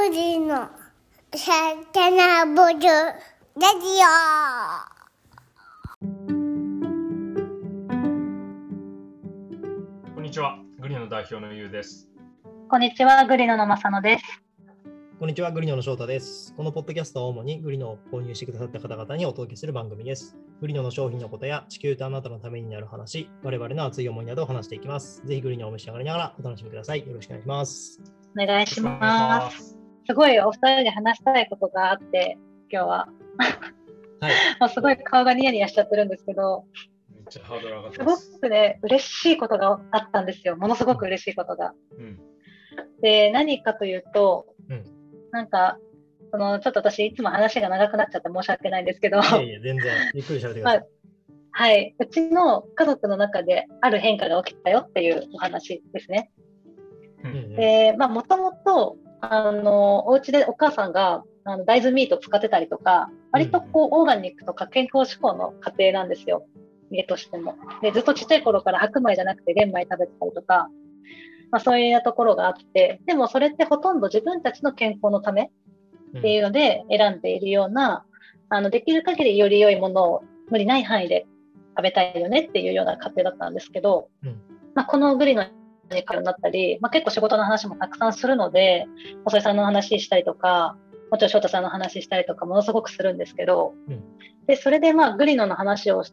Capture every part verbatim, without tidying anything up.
グリのサタナボルラジオ。こんにちは、グリノの代表のゆうです。 こんにちは、グリノのまさのです。 こんにちは、グリノの翔太です。このポッドキャストは主にグリノを購入してくださった方々にお届けする番組です。グリノの商品のことや地球とあなたのためになる話、我々の熱い思いなどを話していきます。ぜひグリノをお召し上がりながらお楽しみください。よろしくお願いします。 お願いします。すごいお二人で話したいことがあって、今日は。はい、もうすごい顔がニヤニヤしちゃってるんですけど、 めっちゃハードル上がってすごます。 くね、嬉しいことがあったんですよ。ものすごく嬉しいことが。 うん、 で、何かというと、 うん、 なんか、そのちょっと私いつも話が長くなっちゃって申し訳ないんですけど、いやいや全然ゆっくり喋ってください。 まあはい、うちの家族の中である変化が起きたよっていうお話ですね。 うん、 で、まあ、もともと、あの、お家でお母さんがあの大豆ミート使ってたりとか、割とこう、オーガニックとか健康志向の家庭なんですよ。家としても。で、ずっとちっちゃい頃から白米じゃなくて玄米食べてたりとか、まあ、そういうところがあって、でもそれってほとんど自分たちの健康のためっていうので選んでいるような、あの、できる限りより良いものを無理ない範囲で食べたいよねっていうような家庭だったんですけど、 うん、 まあ、このグリのになったり、まあ、結構仕事の話もたくさんするので、細井さんの話したりとか、もちろん翔太さんの話したりとかものすごくするんですけど、 うん、 でそれでまあグリノの話をして、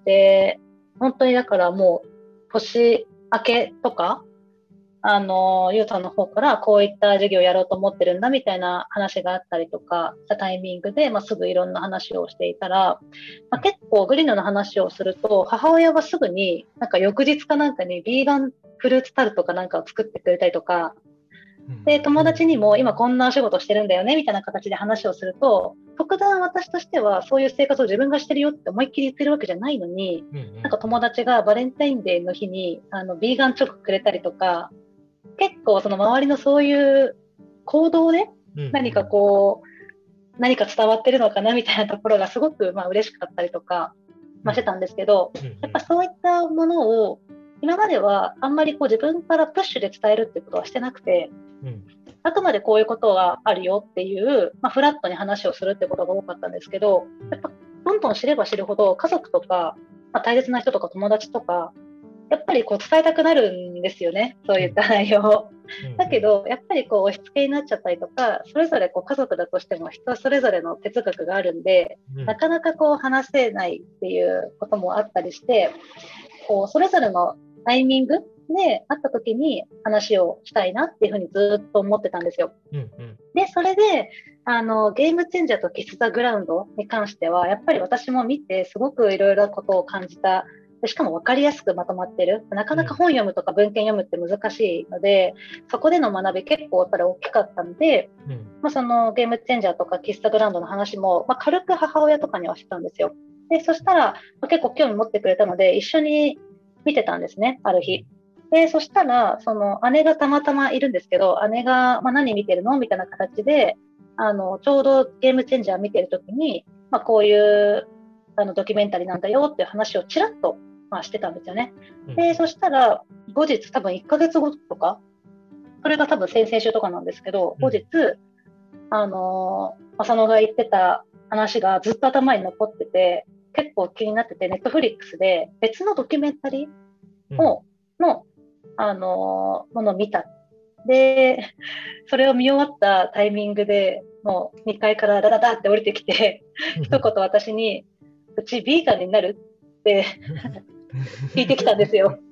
本当にだからもう年明けとか、あのゆうさんの方からこういった授業をやろうと思ってるんだみたいな話があったりとかしたタイミングで、まあ、すぐいろんな話をしていたら、まあ、結構グリノの話をすると母親はすぐになんか翌日かなんかにビーガンフルーツタルトかなんかを作ってくれたりとか、で友達にも今こんなお仕事してるんだよねみたいな形で話をすると、特段私としてはそういう生活を自分がしてるよって思いっきり言ってるわけじゃないのに、なんか友達がバレンタインデーの日にあのビーガンチョコくれたりとか、結構その周りのそういう行動で何かこう何か伝わってるのかなみたいなところがすごくまあ嬉しかったりとか、まあ、してたんですけど、やっぱそういったものを今まではあんまりこう自分からプッシュで伝えるっていうことはしてなくて、あくまでこういうことがあるよっていう、まあ、フラットに話をするってことが多かったんですけど、やっぱどんどん知れば知るほど家族とか、まあ、大切な人とか友達とかやっぱりこう伝えたくなるんですよね、そういった内容を。だけどやっぱりこう押し付けになっちゃったりとか、それぞれこう家族だとしても人それぞれの哲学があるんで、なかなかこう話せないっていうこともあったりして、こうそれぞれのタイミングで会った時に話をしたいなっていうふうにずっと思ってたんですよ。でそれであのゲームチェンジャーとキス・ザ・グラウンドに関してはやっぱり私も見てすごくいろいろなことを感じた。でしかも分かりやすくまとまってる。なかなか本読むとか文献読むって難しいので、そこでの学び結構やっぱり大きかったので、うんまあ、そのゲームチェンジャーとかキスタグラウンドの話も、まあ、軽く母親とかにはしてたんですよ。でそしたら、まあ、結構興味持ってくれたので一緒に見てたんですね、ある日。でそしたらその姉がたまたまいるんですけど、姉が、まあ、何見てるのみたいな形であのちょうどゲームチェンジャー見てる時に、まあ、こういうあのドキュメンタリーなんだよっていう話をちらっとまあ、してたんですよね。で、うん、そしたら後日多分いっかげつごとか、それが多分先々週とかなんですけど、後日、うん、あの浅野が言ってた話がずっと頭に残ってて、結構気になってて、ネットフリックスで別のドキュメンタリーを、うん、の、あのものを見た。で、それを見終わったタイミングでもうにかいからダダダって降りてきて一言私に、うちビーガンになるって聞いてきたんですよ。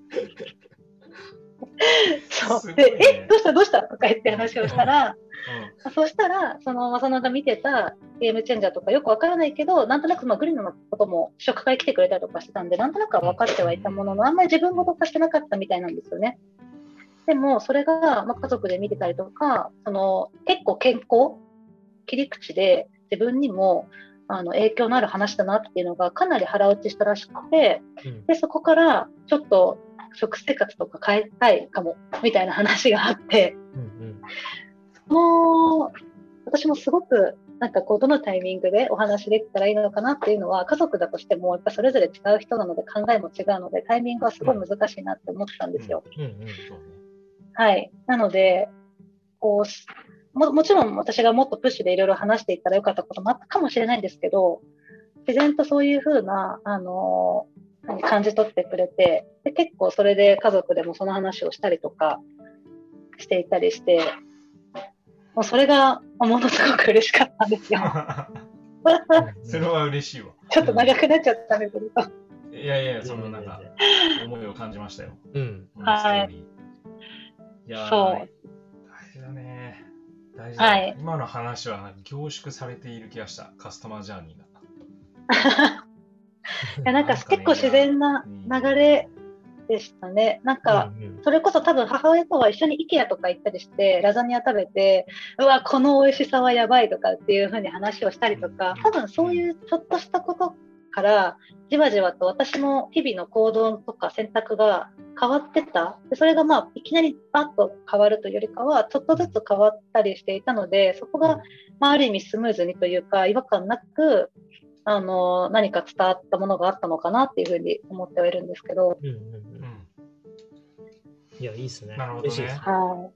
そうで、え、どうしたどうしたとか言って話をしたら、うん、そしたらその浅野が見てたゲームチェンジャーとかよくわからないけど、なんとなくまあグリノのことも試食会来てくれたりとかしてたんで、なんとなくは分かってはいたものの、あんまり自分ごと化してなかったみたいなんですよね。でもそれが、まあ、家族で見てたりとか、その結構健康切り口で自分にもあの影響のある話だなっていうのがかなり腹落ちしたらしくて、うん、でそこからちょっと食生活とか変えたいかもみたいな話があって、うんうん、その私もすごくなんかこうどのタイミングでお話できたらいいのかなっていうのは、家族だとしてもやっぱそれぞれ違う人なので考えも違うのでタイミングはすごい難しいなって思ってたんですよ。はい、なのでこうも、もちろん私がもっとプッシュでいろいろ話していったらよかったこともあったかもしれないんですけど、自然とそういうふうな、あのー感じ取ってくれて、で結構それで家族でもその話をしたりとかしていたりして、もうそれがものすごく嬉しかったんですよ。 それは嬉しいわ。 ちょっと長くなっちゃったんですけど。 いやいや、そのなんか、思いを感じましたよ。 うん。 はい。 いや、 そう。 大事だね。大事だ、ね。はい、今の話は凝縮されている気がした、カスタマージャーニーが。 いやなんか結構自然な流れでしたね。なんかそれこそ多分母親とは一緒に IKEA とか行ったりしてラザニア食べて、うわこの美味しさはやばいとかっていう風に話をしたりとか、多分そういうちょっとしたことからじわじわと私の日々の行動とか選択が変わってた。でそれがまあいきなりバッと変わるというよりかはちょっとずつ変わったりしていたので、そこがまあある意味スムーズにというか違和感なくあの何か伝わったものがあったのかなっていうふうに思ってはいるんですけど。 うんうんうん、いやいいですね。 なるほどね。 はい。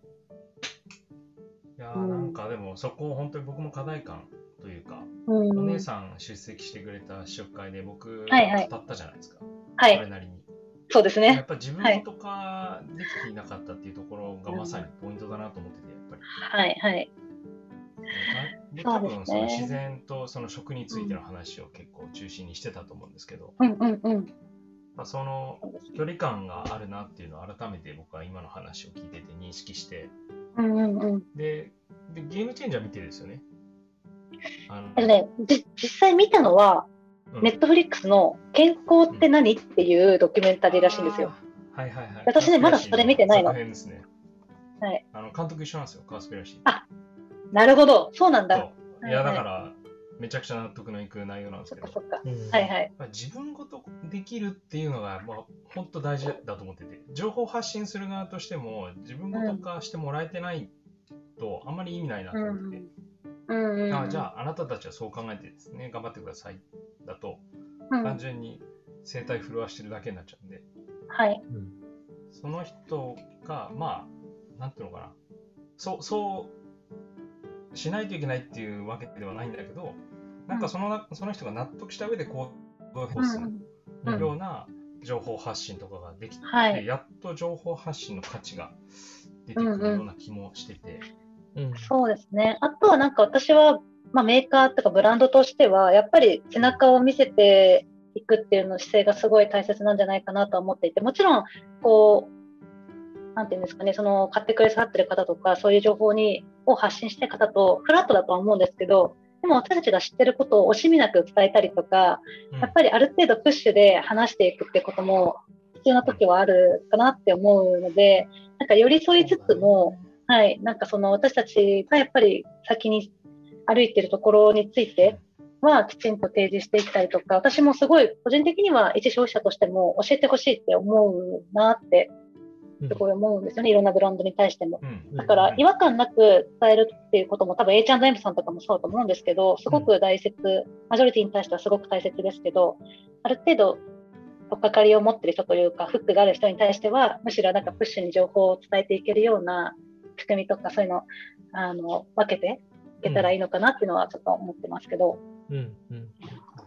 いやなんかでもそこ本当に僕も課題感というか、 うん、 お姉さん出席してくれた試食会で僕はいはい、 語ったじゃないですか。 はい。 それなりに。 そうですね。 やっぱり自分とかできていなかったっていうところがまさにポイントだなと思ってて、やっぱり。 はいはい。 で多分その自然とその食についての話を結構中心にしてたと思うんですけど、 うんうんうん、 まあ、その距離感があるなっていうのを改めて僕は今の話を聞いてて認識して、 うんうんうん、 で, でゲームチェンジャー見てですよね。 あのね、実際見たのは、うん、ネットフリックスの健康って何、うん、っていうドキュメンタリーらしいんですよ。 はいはいはい。 私ねまだそれ見てないの。 作品ですね。 はい。 あの監督一緒なんですよ、カースペラシー。 あ、なるほど、そうなんだ。 いやだからめちゃくちゃ納得のいく内容なんですけど、 そっかそっか、うん、はいはい。 自分ごとできるっていうのがまあ本当大事だと思ってて、情報発信する側としても自分ごと化してもらえてないとあんまり意味ないなと思ってて、うんうんうん、あじゃああなたたちはそう考えてですね頑張ってくださいだと、うん、単純に声帯震わしてるだけになっちゃうんで、 はい、 その人がまあなんていうのかな、そうそうしないといけないっていうわけではないんだけど、なんかその、うん、その人が納得した上で行動をするような情報発信とかができて、はい、やっと情報発信の価値が出てくるような気もしてて、 うんうん、そうですね。あとはなんか私は、まあ、メーカーとかブランドとしてはやっぱり背中を見せていくっていうの姿勢がすごい大切なんじゃないかなと思っていて、もちろんこうなんていうんですかね、その買ってくださってる方とかそういう情報にを発信したい方とフラットだとは思うんですけど、でも私たちが知ってることを惜しみなく伝えたりとか、うん、やっぱりある程度プッシュで話していくってことも必要な時はあるかなって思うので、なんか寄り添いつつも、はい、なんかその私たちがやっぱり先に歩いてるところについてはきちんと提示していったりとか、私もすごい個人的には一消費者としても教えてほしいって思うなってすごい思うんですよね、いろんなブランドに対しても。だから違和感なく伝えるっていうことも多分 エイチアンドエム さんとかもそうだと思うんですけど、すごく大切、マジョリティに対してはすごく大切ですけど、ある程度とっかかりを持ってる人というかフックがある人に対してはむしろなんかプッシュに情報を伝えていけるような仕組みとかそういうのをあの分けていけたらいいのかなっていうのはちょっと思ってますけど、 うんうん、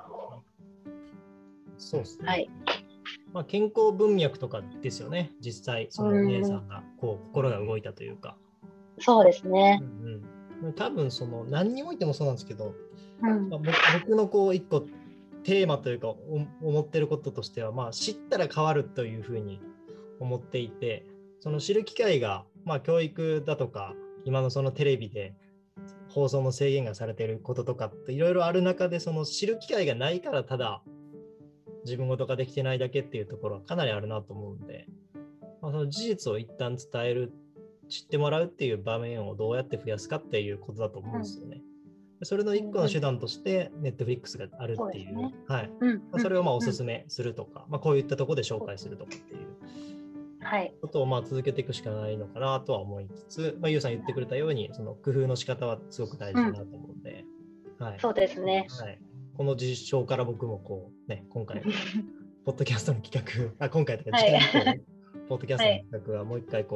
そうですね、 はい、 まあ、健康文脈とかですよね、実際そのお姉さんがこう心が動いたというか。 そうですね、 うんうん、多分その何においてもそうなんですけど、 うんまあ、僕のこう一個テーマというか思ってることとしては、まあ、知ったら変わるというふうに思っていて、その知る機会が、まあ、教育だとか今のそのテレビで放送の制限がされていることとかっていろいろある中で、その知る機会がないからただ自分ごとができてないだけっていうところはかなりあるなと思うんで、まあ、その事実を一旦伝える、知ってもらうっていう場面をどうやって増やすかっていうことだと思うんですよね。うん、それの一個の手段としてネットフリックスがあるっていう、そうですね、はい、うん、それをまあおすすめするとか、うん、まあ、こういったところで紹介するとかっていうことをまあ続けていくしかないのかなとは思いつつ、まあ、ゆうさん言ってくれたようにその工夫の仕方はすごく大事だなと思うんで、 うん、はい、そうですね、 はい、この実証から僕もこうね、今回ポッドキャストの企画、あ今回とか次回以降、はい、ポッドキャストの企画はもう一回こう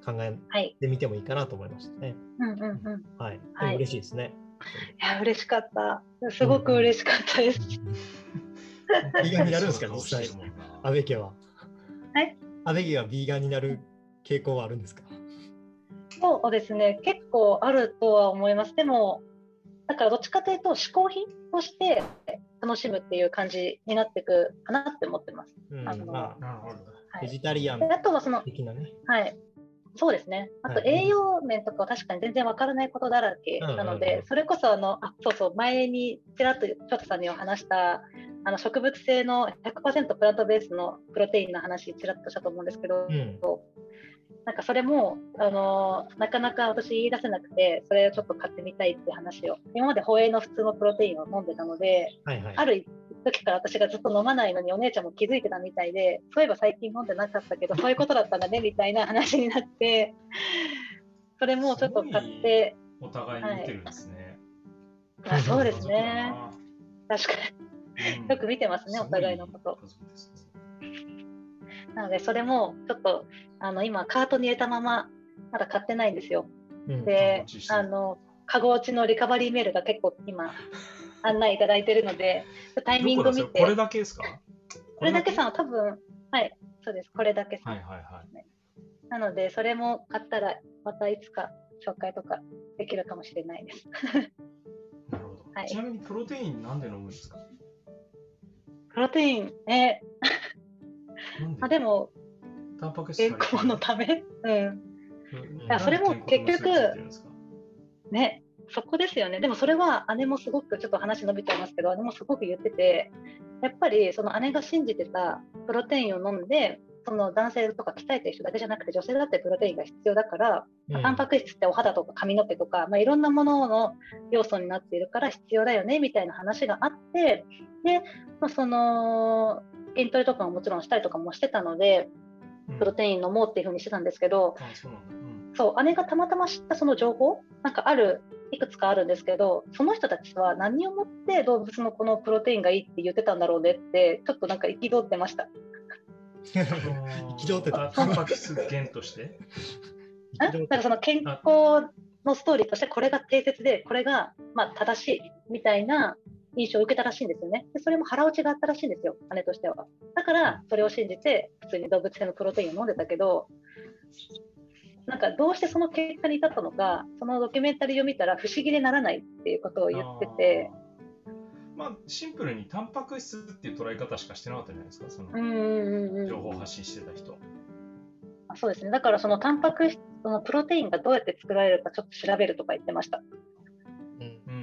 考えはい。 てみてもいいかなと思いましたね。 うんうんうん。いはい。ではいも嬉しいですね。 や、嬉しかった。すごく嬉しかったです。 ビーガンになるんですか、実際そうしてる。もんな安倍家は。 はい安倍家はビーガンになる傾向はあるんですか？ そうですね、結構あるとは思います。でも、だからどっちかというと、嗜好品として楽しむっていう感じになっていくかなって思ってます。 うん、 あのまあ、 なるほど。 はい、 ベジタリアンであとはその、 的なね。 はい、そうですね。あとはい栄養面とかは確かに全然わからないことだらけなのうんうんうん、 でそれこそあの、あ、そうそう、前にちらっとちょっとさんには話したあの植物性の ひゃくパーセント プラントベースのプロテインの話ちらっとしたと思うんですけど、 うんなんかそれもあのなかなか私言い出せなくて、それをちょっと買ってみたいっていう話を、今まで保栄の普通のプロテインを飲んでたので、 はいはい、 ある時から私がずっと飲まないのにお姉ちゃんも気づいてたみたいで、そういえば最近飲んでなかったけどそういうことだったんだねみたいな話になって、それもちょっと買って、 お互い見てるんですね。 はい、あ、そうですね、 家確かに、うん、よく見てますね、お互いのこと。なのでそれもちょっとあの今カートに入れたまままだ買ってないんですよ。うん、で、あのカゴ落ちのリカバリーメールが結構今案内いただいているので、タイミング見て。 これだけですか？ これだけさんは多分、はい、そうです、これだけさん。 はいはいはい。 なのでそれも買ったらまたいつか紹介とかできるかもしれないです。 なるほど。 はい、 ちなみにプロテインなんで飲むんですか？ プロテイン、えー、あでもタンパク質健康のため、うん。 うん、 それも結局ね、そこですよね。でもそれは姉もすごくちょっと話伸びちゃいますけど、姉もすごく言ってて、やっぱりその姉が信じてたプロテインを飲んで、その男性とか鍛えてる人だけじゃなくて女性だってプロテインが必要だから、うん、タンパク質ってお肌とか髪の毛とか、まあ、いろんなものの要素になっているから必要だよねみたいな話があって、で、まあ、その筋トレとかももちろんしたりとかもしてたので、プロテイン飲もうっていう風にしてたんですけど、 うん、そうなんだ、うん、 そう、姉がたまたま知ったその情報、なんかある、いくつかあるんですけど、その人たちは何をもって動物のこのプロテインがいいって言ってたんだろうねって、ちょっとなんか憤ってました。 憤ってた。 タンパク質源としてなんかその健康のストーリーとしてこれが定説で、これがまあ正しいみたいな印象を受けたらしいんですよね。でそれも腹落ちがあったらしいんですよ、姉としては。だからそれを信じて普通に動物性のプロテインを飲んでたけど、なんかどうしてその結果に至ったのか、そのドキュメンタリーを見たら不思議でならないっていうことを言ってて、 あ、まあ、シンプルにタンパク質っていう捉え方しかしてなかったじゃないですか、その情報発信してた人。 あ、そうですね。だからそのタンパク質、そのプロテインがどうやって作られるかちょっと調べるとか言ってました。 うんうんうん。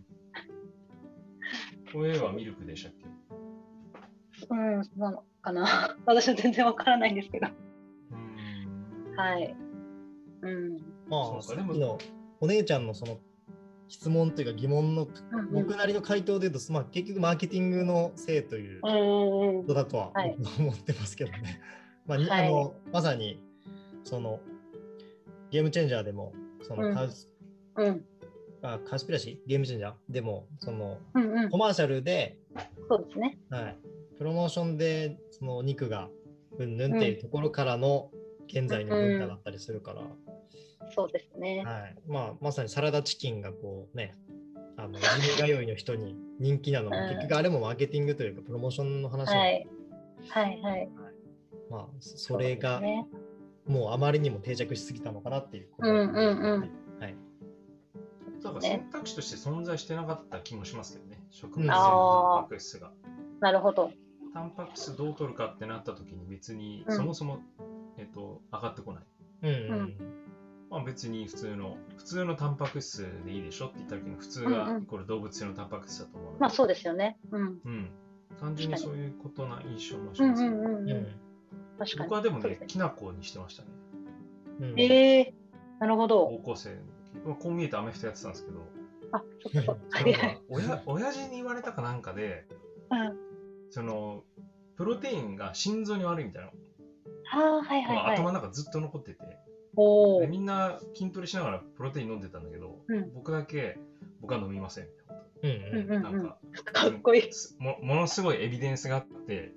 これはミルクでしたっけ？ うん、そうなのかな。私は全然わからないんですけど。 うん、 はい。うん、 まあ、さっきのお姉ちゃんのその質問というか疑問の僕なりの回答で言うと、まあ、結局マーケティングのせいということだとは思ってますけどね。まあ、あのまさにそのゲームチェンジャーでもそのカウス、 うんうん、 あカウスピラシーゲームチェンジャーでもその、 うんうん、 コマーシャルで、 そうですね、 はい、プロモーションでそのお肉がうんぬんっていうところからの現在の文化だったりするから、うんうん、そうですね、 はい、まあ、まさにサラダチキンがこうね、あのジム通いの人に人気なのも、うん、結局あれもマーケティングというかプロモーションの話なんで、 はいはいはい、 まあ、それがもうあまりにも定着しすぎたのかなっていうことですね。うんうんうん。 はい。 だから選択肢として存在してなかった気もしますけどね、植物性のタンパク質が。 なるほど。 タンパク質どう取るかってなった時に別にそもそも、うん、えっと、上がってこない。 うんうんまあ、別に普通の普通のタンパク質でいいでしょって言った時に普通がイコール動物性のタンパク質だと思うので、 まあそうですよね。うん。 うん。単純にそういうことな印象もしますけど。 うんうんうんうん。確かに。 僕はでもね、きな粉にしてましたね。 うん、ええー、なるほど。 高校生の時。こう見えてアメフトやってたんですけど。 あ、そうそう。 親親父に言われたかなんかで、 うん、 そのプロテインが心臓に悪いみたいな。 あ、はいはいはい。 頭の中ずっと残ってて。 おでみんな筋トレしながらプロテイン飲んでたんだけど、 うん、 僕だけ僕は飲みません。 うんうんうん、 なんかかっこいい。 も。ものすごいエビデンスがあって、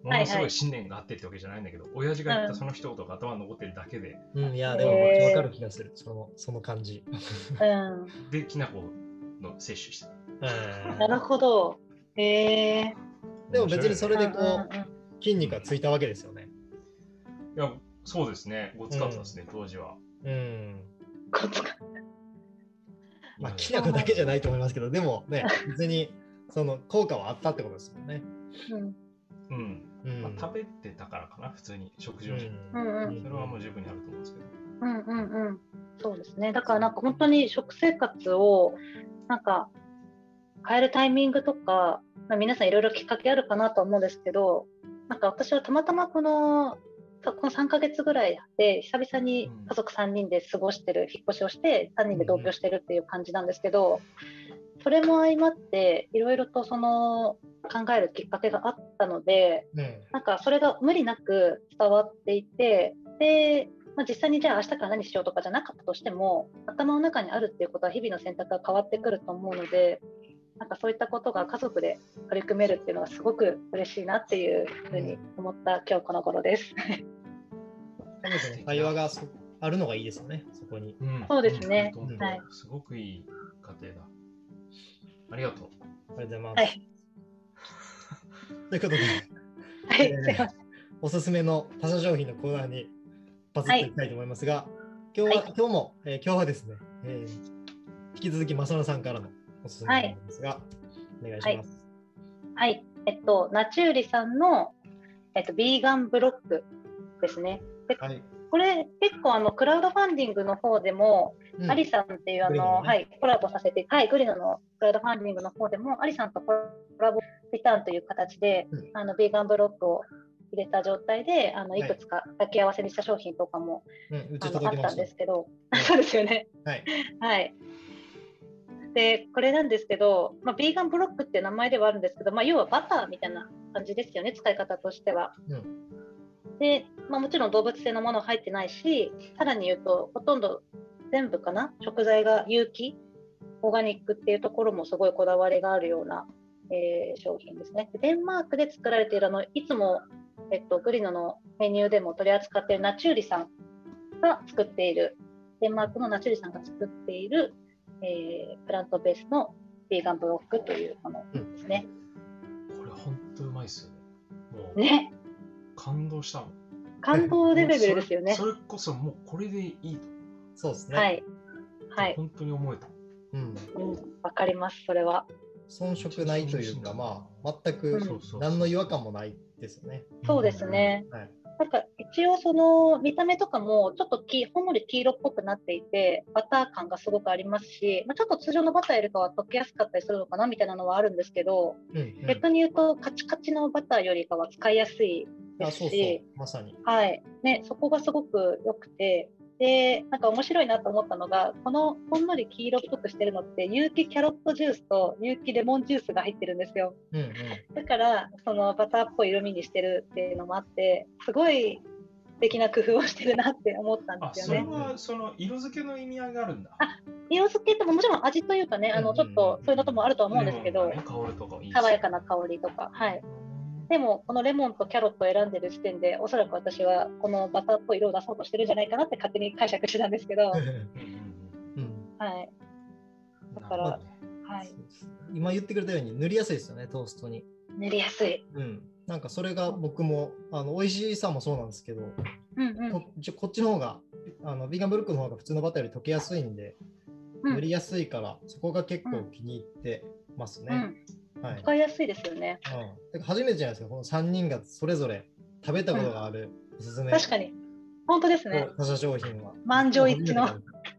ものすごい信念があってってわけじゃないんだけど、親父が言ったその一言が頭に残ってるだけで、 うん、いや、でもめっちゃわかる気がする、そのその感じ。 うん。 で、きな粉の摂取してた。 うんなるほど。へえ。 でも別にそれでこうんうんう筋肉がついたわけですよね。 いや、そうですね。ごつかったですね、当時は。 うん。 こつかまあ、きな粉だけじゃないと思いますけど、でもね、別にその効果はあったってことですもんね。 うんうん。 うんまあ、食べてたからかな、普通に食事をして。 うんうんそれはもう十分にあると思うんですけど。 うんうんうん。そうですね。だからなんか本当に食生活をなんか変えるタイミングとか、まあ、皆さんいろいろきっかけあるかなと思うんですけど、なんか私はたまたまこのこのさんかげつぐらいで久々に家族さんにんで過ごしてる、引っ越しをしてさんにんで同居してるっていう感じなんですけど、それも相まっていろいろとその考えるきっかけがあったので、 うんなんかそれが無理なく伝わっていて、で、まあ、実際にじゃあ明日から何しようとかじゃなかったとしても頭の中にあるっていうことは日々の選択が変わってくると思うので、なんかそういったことが家族で取り組めるっていうのはすごく嬉しいなっていうふうに思った今日この頃です。 家族の会話がそあるのがいいですよね、そこに。 うん、 そうですねうんはいすごくいい家庭だ。ありがとう。 ありがとうございます。 はいということで、 はい、 えーすいません。 おすすめの他社商品のコーナーにパズっていきたいと思いますが、今日は、 はい今日も、えー今日はですね、えー引き続き正野さんからのおすすめなんですが、お願いします。 はい、えっと、ナチューリさんの、えっと、ビーガンブロックですね。ではい。 これ結構あのクラウドファンディングの方でも、 うんアリさんっていうあの、 グリノのねはい、コラボさせて、はい、グリノのクラウドファンディングの方でも、アリさんとコラボリターンという形で、 うんあのビーガンブロックを入れた状態で、あのはいいくつか抱き合わせにした商品とかも、 うん、うちあのあったん届きました。 ですけど、 はいそうですよね。 はい。 はい。で、これなんですけど、まあ、ビーガンブロックっていう名前ではあるんですけど、まあ、要はバターみたいな感じですよね、使い方としては。 うんで、まあ、もちろん動物性のもの入ってないし、さらに言うと、ほとんど全部かな、食材が有機、オーガニックっていうところもすごいこだわりがあるような、えー商品ですね。でデンマークで作られているあの、いつも、えっと、グリノのメニューでも取り扱っているナチューリさんが作っている、デンマークのナチューリさんが作っている、えープラントベースのビーガンブロックというものですね。 これ本当うまいっすよね。もうね、 感動したもん。 感動レベルですよね。 それそれこそもうこれでいいと。 そうですね。 はい。はい。 本当に思えた。 うん。 うん、わかります、それは。 遜色ないというか、まあ、全くうんそうそう何の違和感もないですよね。 そうですね。 はい。 なんか一応その見た目とかもちょっときほんのり黄色っぽくなっていてバター感がすごくありますし、まあ、ちょっと通常のバターよりかは溶けやすかったりするのかなみたいなのはあるんですけど、 うんうん逆に言うとカチカチのバターよりかは使いやすいですあそうそうし、 まさに。 はいね、そこがすごく良くて、でなんか面白いなと思ったのが、このほんのり黄色っぽくしてるのって有機キャロットジュースと有機レモンジュースが入ってるんですよ。 うんうん。 だからそのバターっぽい色味にしてるっていうのもあって、すごい素敵な工夫をしてるなって思ったんあ、 ですよね。 それはその色付けの意味合いがあるんだ。 あ色付けってももちろん味というかね、あのちょっとそういうのもあるとは思うんですけど、 レモンがね、香りとかいいし爽やかな香りとか、はい。でもこのレモンとキャロットを選んでる時点で、おそらく私はこのバターっぽい色を出そうとしてるんじゃないかなって勝手に解釈してたんですけど、 うんうんうんはい。 うん。 だからなるほどねはい。 そうですね今言ってくれたように塗りやすいですよね、トーストに。 塗りやすい。 うん。なんかそれが僕もあの美味しさもそうなんですけど、 うんうん。 こっちこっちの方があのビーガンブルックの方が普通のバターより溶けやすいんで、 うん塗りやすいからそこが結構気に入ってますね。 うん。 はい。 使いやすいですよね。 うん、てか初めてじゃないですか、このさんにんがそれぞれ食べたことがあるおすすめ、 確かに。本当ですね。 他社商品は。 満場一致の。そ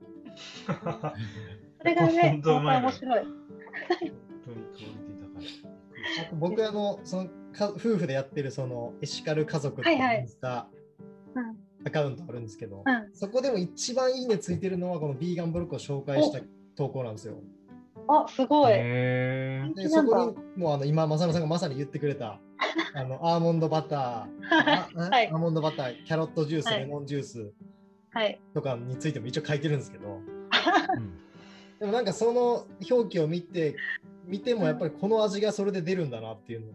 れがね、 本当うまいね面白い。 本当にクオリティ高い。 僕あのそのか夫婦でやってるそのエシカル家族っていうはいはいインスタうんアカウントあるんですけど、 うんそこでも一番いいねついてるのはこのビーガンブロックを紹介した投稿なんですよ。 あ、すごい。 へーで人気なんだそこにもうあの今正野さんがまさに言ってくれたあのアーモンドバター、ああはいアーモンドバター、キャロットジュース、 はいレモンジュースはい。 とかについても一応書いてるんですけど、 うんでもなんかその表記を見て見てもやっぱりこの味がそれで出るんだなっていうのが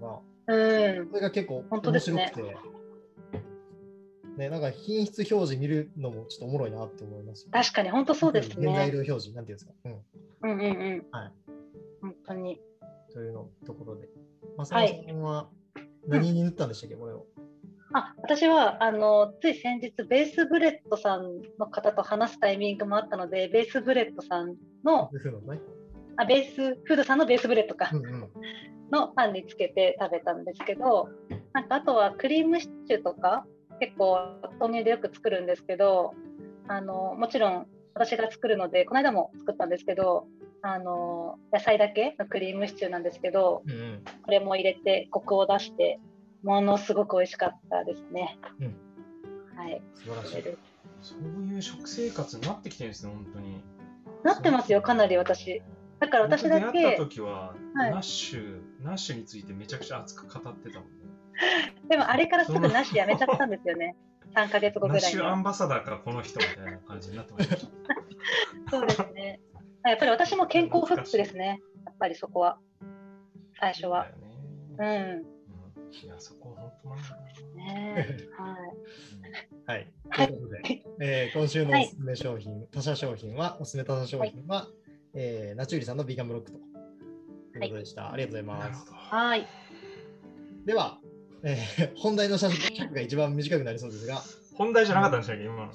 うん。 それが結構本当面ですね白くて、ね、なんか品質表示見るのもちょっとおもろいなって思います。 確かに本当そうです原材ね。 料表示、なんていうんですか。うん。 うんうんうん。 はい。 本当に。 というのところで。まさみさんは何に塗ったんでしたっけ、これを。 あ、私はあのつい先日ベースブレッドさんの方と話すタイミングもあったので、ベースブレッドさんのそういうのね。 あベースフードさんのベースブレッドか、 うんうん。 のパンにつけて食べたんですけど、なんかあとはクリームシチューとか結構豆乳でよく作るんですけど、あのもちろん私が作るのでこの間も作ったんですけど、あの野菜だけのクリームシチューなんですけど、 うんうん。 これも入れてコクを出してものすごく美味しかったですね。 うんはい。 素晴らしい。 そういう食生活になってきてるんですね、本当に。 なってますよ、かなり私。だから私だ僕出会ったけ、 時は、 はいナッシュ、ナッシュについてめちゃくちゃ熱く語ってたもんね。 でもあれからすぐなしやめちゃったんですよね。さんかげつごナッぐらいには。 シュアンバサダーかこの人みたいな感じになってました。 そうですね。やっぱり私も健康フックですね。やっぱりそこは。最初は。 だよね。 うん。 うんいや、そこは本当なんだな。 ねえはい。 はい。とはいいうことで、えー今週のおすすめ商品、他社商品は、おすすめ他社商品は、えーナチューリさんのビーガンブロックということでした。ありがとうございます。 なるほど。 はい。 では、えー本題の尺が一番短くなりそうですが、 本題じゃなかったんでしたっけ、今の。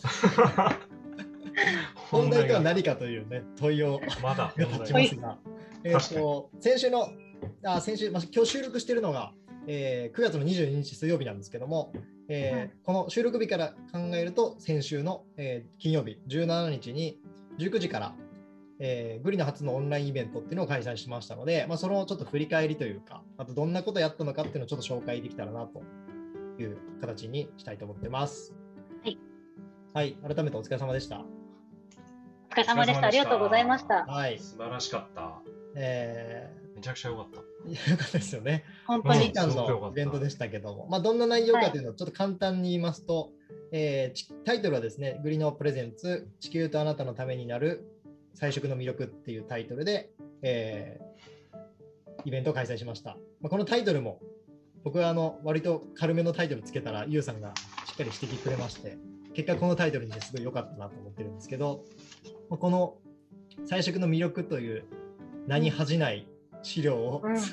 本題とはが何かというね、問いをまだが立ちま本題すが、えーと先週の、あ先週、まあ、今日収録しているのが、えーくがつのにじゅうににち水曜日なんですけども、えーこの収録日から考えると先週の、えー金曜日じゅうしちにちにじゅうくじから、えーグリの初のオンラインイベントっていうのを開催しましたので、まあ、そのちょっと振り返りというか、あとどんなことやったのかっていうのをちょっと紹介できたらなという形にしたいと思ってます。 はい。 はい、改めてお疲れ様でした。 お疲れ様でした。ありがとうございました。 はい。 素晴らしかった。 えめちゃくちゃ良かった。 ー、よかったですよね。 うん本当ににじかんのイベントでしたけども、まあ、どんな内容かというのをちょっと簡単に言いますと、えーちタイトルはですね、グリノプレゼンツ地球とあなたのためになる菜食の魅力っていうタイトルで、えーイベントを開催しました。まあ、このタイトルも僕はあの割と軽めのタイトルつけたら、ユウさんがしっかり指摘くれまして、結果このタイトルにしてすごい良かったなと思ってるんですけど、まあこの菜食の魅力という名に恥じない資料を、 うん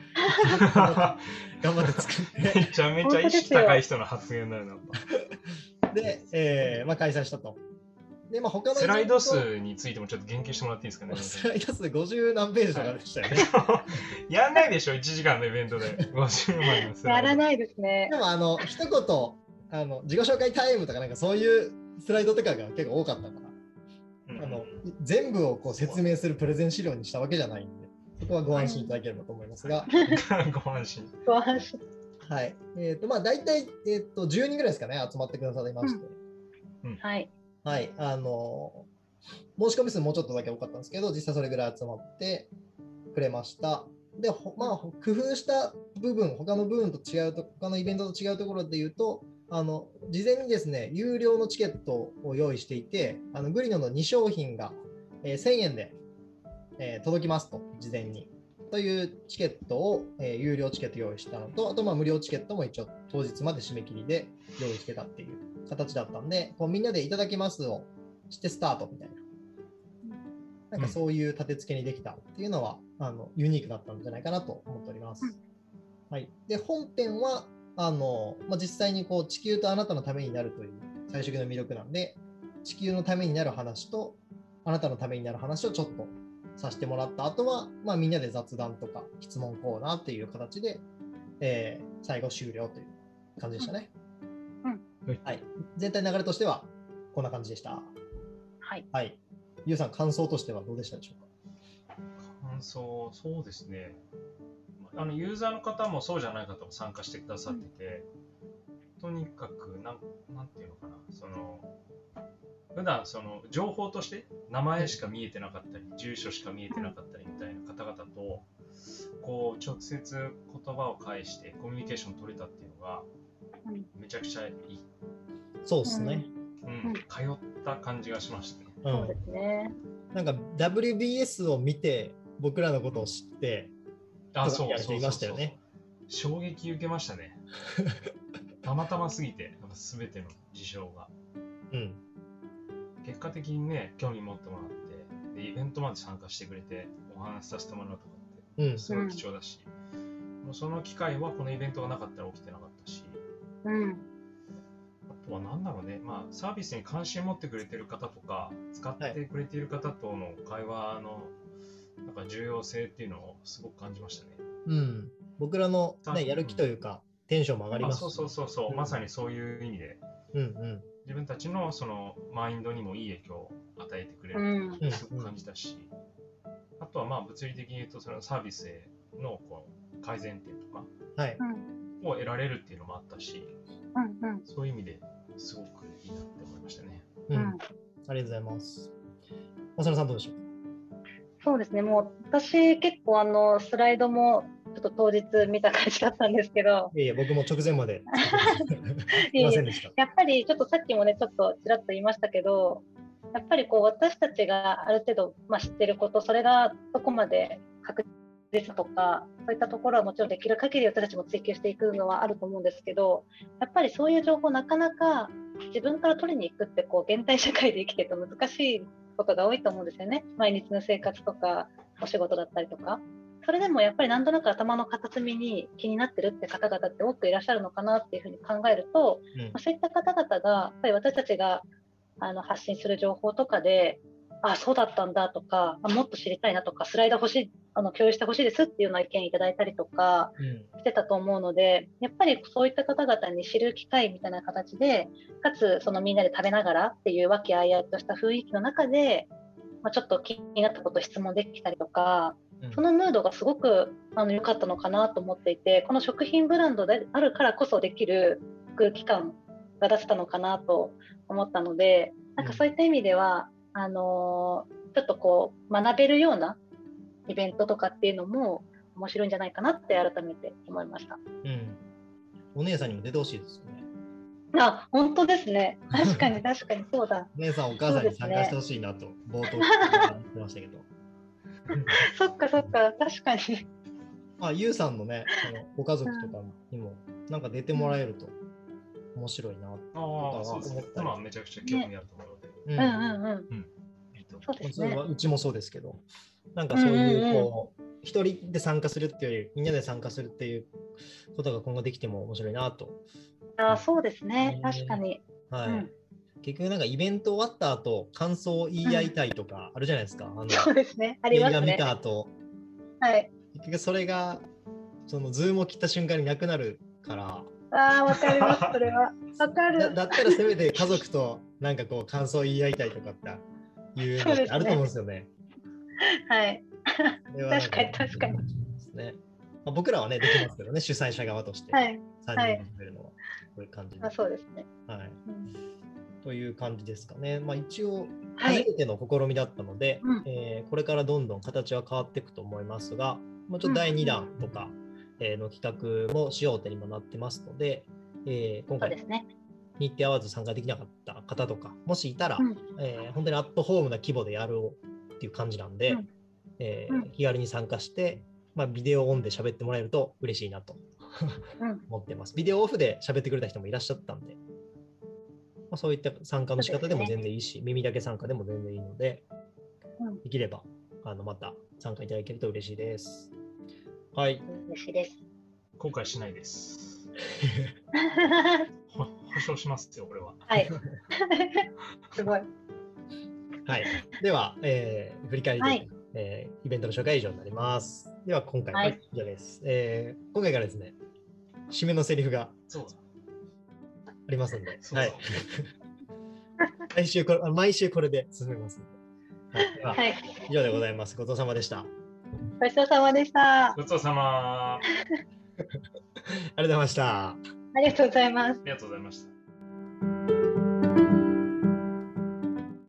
頑張って作ってめちゃめちゃ意識高い人の発言だよな。 で、えーまあ、開催したと。で、まあ、他のスライド数についてもちょっと言及してもらっていいですかね。 スライド数ごじゅう何ページとかでしたよね。 やんないでしょ、いちじかんのイベントで。ごじゅうまいのスライド。 やらないですねで。も、あの、一言、あの、自己紹介タイムとか、なんかそういうスライドとかが結構多かったから、 うんあの全部をこう説明するプレゼン資料にしたわけじゃないんで、そこはご安心いただければと思いますが、 ご安心。 ご安心。 はい。えっ、と、まあ、大体、えっ、と、じゅうにんぐらいですかね、集まってくださいまして、 はい。 はい。あの、申し込み数もうちょっとだけ多かったんですけど、実際それぐらい集まってくれました。で、ほまあ、工夫した部分、他の部分と違うと、他のイベントと違うところで言うと、あの事前にですね、有料のチケットを用意していて、あのグリノのに商品が、えーせんえんで、えー届きますと、事前に。というチケットを、えー有料チケット用意したのと、あとまあ無料チケットも一応当日まで締め切りで用意してたっていう形だったんで、こうみんなでいただきますをしてスタートみたいな。なんかそういう立て付けにできたっていうのは、あのユニークだったんじゃないかなと思っております。 うんはい、で本編はあの、まあ、実際にこう地球とあなたのためになるという最終的な魅力なんで、地球のためになる話とあなたのためになる話をちょっとさせてもらった後は、まあ、みんなで雑談とか質問コーナーっていう形で、えー最後終了という感じでしたね。 うんうんはい、全体の流れとしてはこんな感じでした。 はい。 はい。ゆうさん、感想としてはどうでしたでしょうか？ 感想、そうですね。あのユーザーの方もそうじゃない方も参加してくださってて、とにかくなん、なんていうのかな、その普段その情報として名前しか見えてなかったり、住所しか見えてなかったりみたいな方々とこう直接言葉を返してコミュニケーション取れたっていうのがうんめちゃくちゃいい、 そうですね。 うん、通った感じがしましたね。 うんそうですね。 なんか ダブリュービーエス を見て僕らのことを知ってあ、 とかそうやる人いましたよね。 衝撃受けましたね。たまたますぎて、なんか全ての事象が。 うん。 結果的にね、興味持ってもらって、でイベントまで参加してくれて、お話しさせてもらうとかって、 うん。 すごい貴重だし、もうその機会はこのイベントがなかったら起きてなかったし、 うん。 あとは何だろうね、まあ、サービスに関心を持ってくれてる方とか、使ってくれている方との会話のなんか重要性っていうのをすごく感じましたね。 うん。僕らの、ね、 さやる気というか、テンションも上がりあます。 そうそうそうそう、 うんまさにそういう意味で、 うんうん自分たちのそのマインドにもいい影響を与えてくれるうんっていうのをすごく感じたし、あとはまあ物理的に言うとそのサービスへのこう改善点とかはい。 うん。 を得られるっていうのもあったし、 うん。うん。 そういう意味ですごくいいなって思いましたね。 うん。 うんありがとうございます。浅野さんどうでしょう？ そうですね、もう私結構あのスライドもちょっと当日見た感じだったんですけど、 いえいえ、僕も直前まで。すいませんでした。 やっぱりちょっとさっきもね、ちょっとちらっと言いましたけど、やっぱりこう私たちがある程度、まあ、知ってること、それがどこまで確実とか、そういったところはもちろんできる限り私たちも追求していくのはあると思うんですけど、やっぱりそういう情報なかなか自分から取りに行くってこう現代社会で生きてると難しいことが多いと思うんですよね。毎日の生活とかお仕事だったりとか。それでもやっぱりなんとなく頭の片隅に気になってるって方々って多くいらっしゃるのかなっていうふうに考えると、 うんまあ、そういった方々がやっぱり私たちがあの発信する情報とかで、あ、そうだったんだとか、あもっと知りたいなとか、スライド欲しい、あの共有してほしいですっていうような意見いただいたりとかうんしてたと思うので、やっぱりそういった方々に知る機会みたいな形で、かつそのみんなで食べながらっていう和気あいあいとした雰囲気の中で、まあ、ちょっと気になったことを質問できたりとか、 うんそのムードがすごくあの良かったのかなと思っていて、この食品ブランドであるからこそできる空気感が出せたのかなと思ったので、なんかそういった意味では、あのーちょっとこう学べるようなイベントとかっていうのも面白いんじゃないかなって改めて思いました。 うん。お姉さんにも出てほしいですよね。 あ、本当ですね。確かに確かにそうだ。 お姉さん、お母さんに参加してほしいなと、冒頭言ってましたけど。 そっかそっか、確かに。 まあ、ゆうさんのね、そのご家族とかにも、なんか出てもらえると面白いなとああ、そうですね。今はめちゃくちゃ興味あると思うので、 うんうんうんうん。 いいと思そうですそれね。 はうちもそうですけど、なんかそういう、 うんうんうんこう、一人で参加するっていうより、みんなで参加するっていうことが今後できても面白いなと。 あ、そうですねね。 確かに。 はい。 うん結局なんかイベント終わった後、感想を言い合いたいとかあるじゃないですか。あのそうですね。ありますね映画見。た後、 はい。 結局それが、そのズームを切った瞬間になくなるから、 ああ、わかります。それは。わかだる。 だったらせめて家族となんかこう感想を言い合いたいとかっていうのってあると思うんですよね。 はい。 それはなん確かに確かにですね。まあ、僕らはね、できますけどね、主催者側として。 はい。 さんにんで食べるのは、こういう感じで。 あ、そうですね。 はい。 うんという感じですかね。まあ、一応、 はい初めての試みだったので、 うんえーこれからどんどん形は変わっていくと思いますが、もうちょっとだいにだんとか、えーの企画もしようってにもなってますので、えー今回そうですね。 日程合わず参加できなかった方とか、もしいたら、 うんえー本当にアットホームな規模でやろうっていう感じなんで、 うんえーうん気軽に参加して、まあ、ビデオオンで喋ってもらえると嬉しいなとうん。 思ってます。ビデオオフで喋ってくれた人もいらっしゃったんで、まあ、そういった参加の仕方でも全然いいし、耳だけ参加でも全然いいので、 うんできればあのまた参加いただけると嬉しいです。はい。 嬉しいです。 後悔しないです。ほ保証しますよ、俺は。 はい。すごい。 はい、では、えー振り返りで、 はいえーイベントの紹介は以上になります。では、今回ははい以上です、えー今回からですね、締めのセリフがそうだ。 ありますので、 そうだはい、毎週これあ毎週これで進めますので、はいでははい。 以上でございます。ごちそうさまでした。あごちそうさまでした。 ごちそうさま。 りがとうございました。 ありがとうございます。 ありがとうございました。